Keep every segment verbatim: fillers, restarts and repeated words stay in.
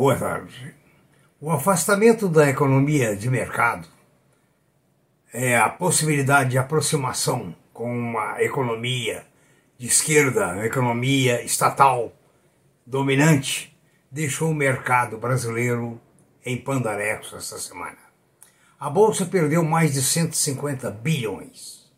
Boa tarde. O afastamento da economia de mercado é a possibilidade de aproximação com uma economia de esquerda, uma economia estatal dominante, deixou o mercado brasileiro em pandarecos esta semana. A Bolsa perdeu mais de cento e cinquenta bilhões.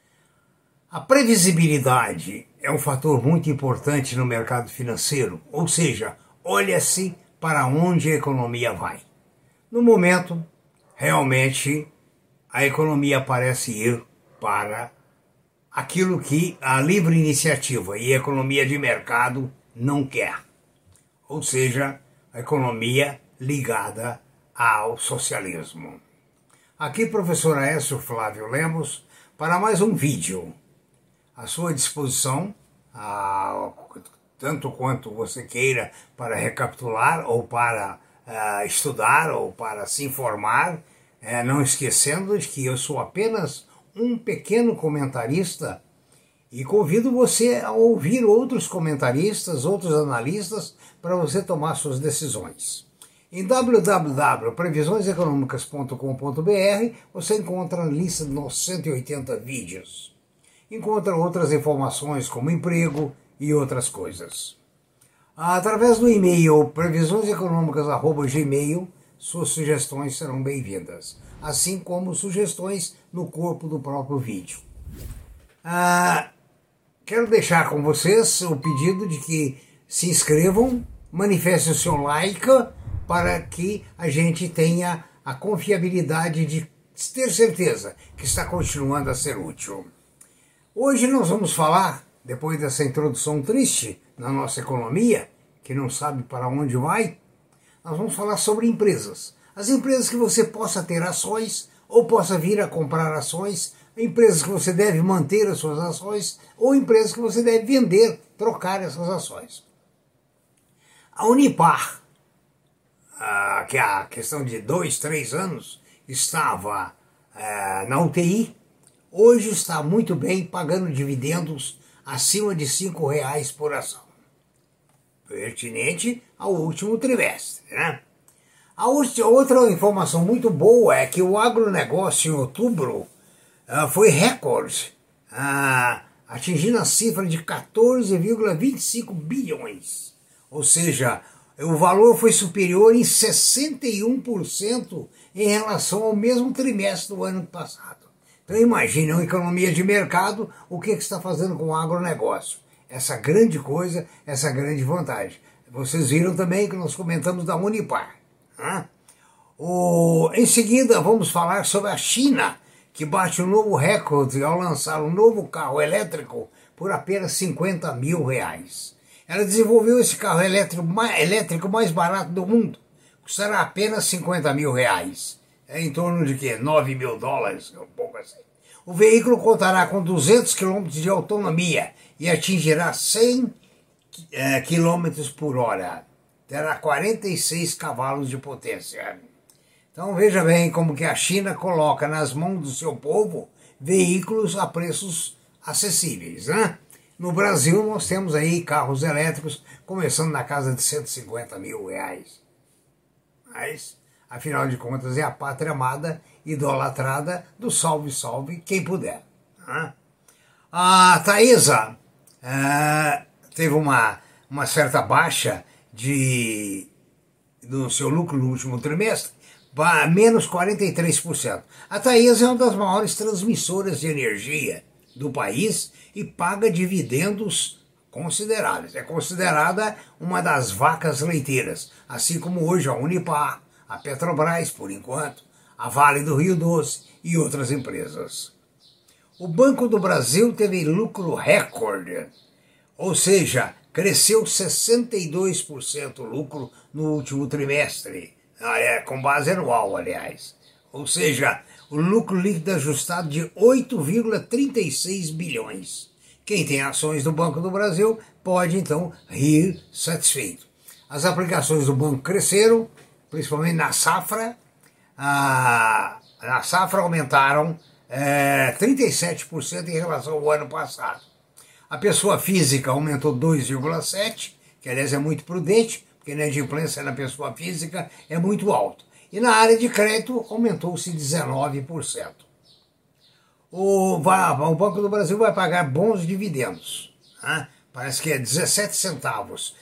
A previsibilidade é um fator muito importante no mercado financeiro, ou seja, olha-se para onde a economia vai. No momento, realmente, a economia parece ir para aquilo que a livre iniciativa e a economia de mercado não quer. Ou seja, a economia ligada ao socialismo. Aqui, professor Aécio Flávio Lemos, para mais um vídeo. À sua disposição, a, tanto quanto você queira, para recapitular ou para uh, estudar ou para se informar, uh, não esquecendo de que eu sou apenas um pequeno comentarista e convido você a ouvir outros comentaristas, outros analistas, para você tomar suas decisões. Em w w w ponto previsões econômicas ponto com ponto b r você encontra a lista dos cento e oitenta vídeos. Encontra outras informações como emprego e outras coisas. Através do e-mail previsões econômicas arroba gmail, suas sugestões serão bem-vindas, assim como sugestões no corpo do próprio vídeo. Ah, quero deixar com vocês o pedido de que se inscrevam, manifestem o seu like, para que a gente tenha a confiabilidade de ter certeza que está continuando a ser útil. Hoje nós vamos falar, depois dessa introdução triste na nossa economia, que não sabe para onde vai, nós vamos falar sobre empresas. As empresas que você possa ter ações ou possa vir a comprar ações, empresas que você deve manter as suas ações ou empresas que você deve vender, trocar essas ações. A Unipar, ah, que há questão de dois, três anos estava ah, na U T I, hoje está muito bem, pagando dividendos acima de cinco reais por ação. Pertinente ao último trimestre, né? A outra informação muito boa é que o agronegócio em outubro uh, foi recorde, uh, atingindo a cifra de quatorze vírgula vinte e cinco bilhões. Ou seja, o valor foi superior em sessenta e um por cento em relação ao mesmo trimestre do ano passado. Então imagine uma economia de mercado, o que, que está fazendo com o agronegócio. Essa grande coisa, essa grande vantagem. Vocês viram também que nós comentamos da Unipar. Né? O, em seguida vamos falar sobre a China, que bate um novo recorde ao lançar um novo carro elétrico por apenas cinquenta mil reais. Ela desenvolveu esse carro elétrico mais, elétrico mais barato do mundo. Custará apenas cinquenta mil reais. É em torno de quê? nove mil dólares, um pouco assim. O veículo contará com duzentos quilômetros de autonomia e atingirá cem quilômetros por hora. Terá quarenta e seis cavalos de potência. Então veja bem como que a China coloca nas mãos do seu povo veículos a preços acessíveis, né? No Brasil nós temos aí carros elétricos começando na casa de cento e cinquenta mil reais. Mas, afinal de contas, é a pátria amada, idolatrada do salve, salve, quem puder. Né? A Taesa é, teve uma, uma certa baixa de, do seu lucro no último trimestre, menos quarenta e três por cento. A Taesa é uma das maiores transmissoras de energia do país e paga dividendos consideráveis. É considerada uma das vacas leiteiras, assim como hoje a Unipar, a Petrobras, por enquanto, a Vale do Rio Doce e outras empresas. O Banco do Brasil teve lucro recorde, ou seja, cresceu sessenta e dois por cento o lucro no último trimestre, com base anual, aliás. Ou seja, o lucro líquido ajustado de oito vírgula trinta e seis bilhões. Quem tem ações do Banco do Brasil pode, então, rir satisfeito. As aplicações do banco cresceram, principalmente na safra. Ah, na safra aumentaram é, trinta e sete por cento em relação ao ano passado. A pessoa física aumentou dois vírgula sete por cento, que aliás é muito prudente, porque a inadimplência na pessoa física é muito alta. E na área de crédito aumentou-se dezenove por cento. O, o Banco do Brasil vai pagar bons dividendos. Né? Parece que é dezessete centavos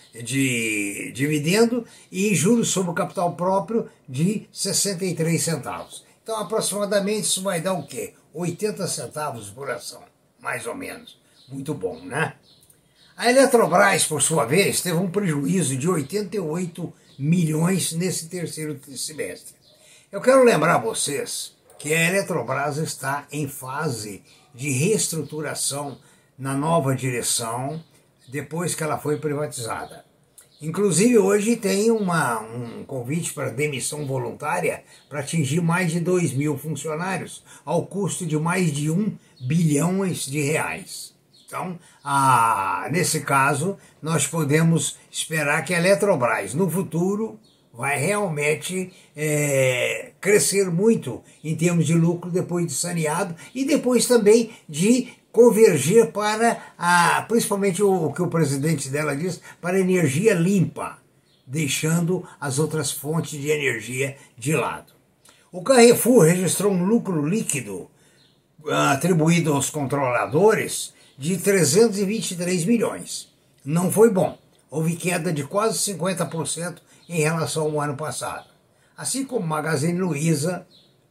de dividendo e juros sobre o capital próprio de sessenta e três centavos. Então, aproximadamente, isso vai dar o quê? oitenta centavos por ação, mais ou menos. Muito bom, né? A Eletrobras, por sua vez, teve um prejuízo de oitenta e oito milhões nesse terceiro semestre. Eu quero lembrar a vocês que a Eletrobras está em fase de reestruturação na nova direção, depois que ela foi privatizada. Inclusive, hoje tem uma, um convite para demissão voluntária para atingir mais de dois mil funcionários, ao custo de mais de um bilhão de reais. Então, ah, nesse caso, nós podemos esperar que a Eletrobras, no futuro, vai realmente é, crescer muito em termos de lucro depois de saneado e depois também de convergir para, a, principalmente o, o que o presidente dela diz, para a energia limpa, deixando as outras fontes de energia de lado. O Carrefour registrou um lucro líquido atribuído aos controladores de trezentos e vinte e três milhões. Não foi bom. Houve queda de quase cinquenta por cento em relação ao ano passado. Assim como Magazine Luiza,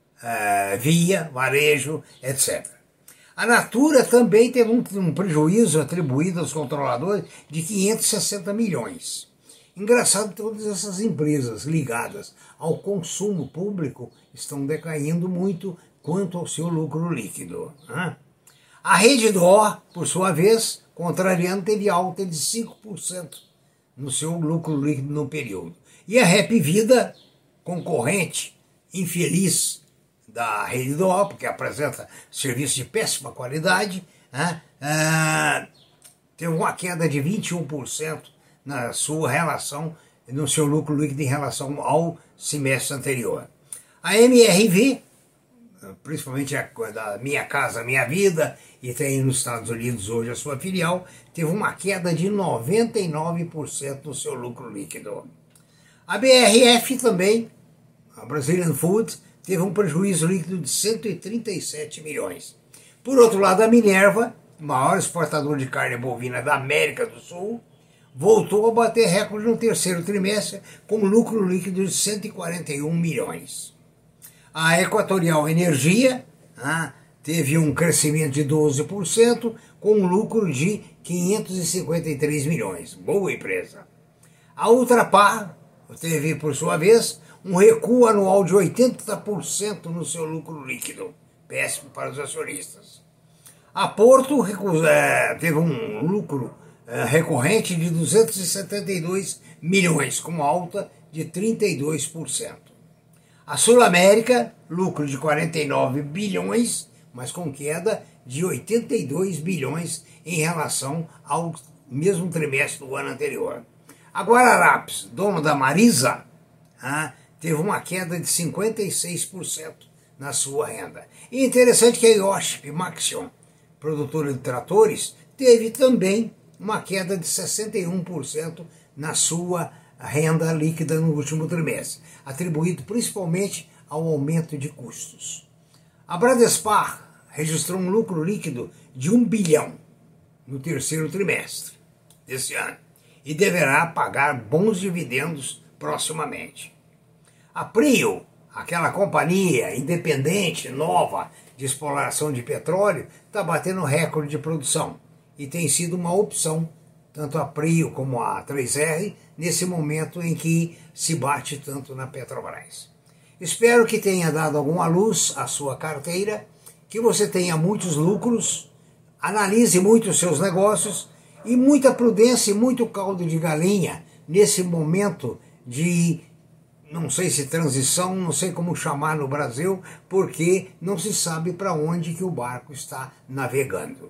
uh, Via, Varejo, etcétera. A Natura também teve um, um prejuízo atribuído aos controladores de quinhentos e sessenta milhões. Engraçado, todas essas empresas ligadas ao consumo público estão decaindo muito quanto ao seu lucro líquido. Né? A Rede D'Or, por sua vez, contrariando, teve alta de cinco por cento no seu lucro líquido no período. E a Rap Vida, concorrente, infeliz da Rede D'Or, porque apresenta serviço de péssima qualidade, né? ah, teve uma queda de vinte e um por cento na sua relação, no seu lucro líquido em relação ao semestre anterior. A M R V, principalmente a da Minha Casa Minha Vida, e tem nos Estados Unidos hoje a sua filial, teve uma queda de noventa e nove por cento no seu lucro líquido. A B R F também, a Brazilian Food, teve um prejuízo líquido de cento e trinta e sete milhões. Por outro lado, a Minerva, maior exportador de carne bovina da América do Sul, voltou a bater recorde no terceiro trimestre com lucro líquido de cento e quarenta e um milhões. A Equatorial Energia ah, teve um crescimento de doze por cento com um lucro de quinhentos e cinquenta e três milhões. Boa empresa. A Ultrapar teve, por sua vez, um recuo anual de oitenta por cento no seu lucro líquido. Péssimo para os acionistas. A Porto é, teve um lucro é, recorrente de duzentos e setenta e dois milhões, com alta de trinta e dois por cento. A Sul América, lucro de quarenta e nove bilhões, mas com queda de oitenta e dois bilhões em relação ao mesmo trimestre do ano anterior. A Guararapes, dono da Marisa, ah, teve uma queda de cinquenta e seis por cento na sua renda. E interessante que a Iochpe Maxion, produtora de tratores, teve também uma queda de sessenta e um por cento na sua renda líquida no último trimestre, atribuído principalmente ao aumento de custos. A Bradespar registrou um lucro líquido de um bilhão no terceiro trimestre desse ano e deverá pagar bons dividendos proximamente. A Prio, aquela companhia independente, nova, de exploração de petróleo, está batendo recorde de produção e tem sido uma opção, tanto a Prio como a três R, nesse momento em que se bate tanto na Petrobras. Espero que tenha dado alguma luz à sua carteira, que você tenha muitos lucros, analise muito os seus negócios e muita prudência e muito caldo de galinha nesse momento de, não sei se transição, não sei como chamar no Brasil, porque não se sabe para onde que o barco está navegando.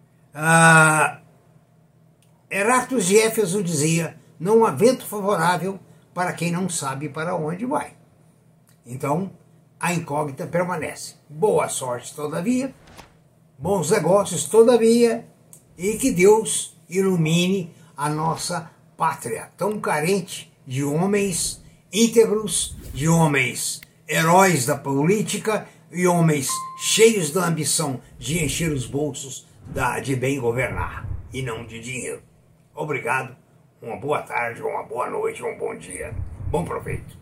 Ah, Heráclito de Éfeso dizia, não há vento favorável para quem não sabe para onde vai. Então, a incógnita permanece. Boa sorte, todavia, bons negócios, todavia, e que Deus ilumine a nossa pátria, tão carente de homens íntegros, de homens heróis da política e homens cheios da ambição de encher os bolsos da, de bem governar e não de dinheiro. Obrigado, uma boa tarde, uma boa noite, um bom dia. Bom proveito.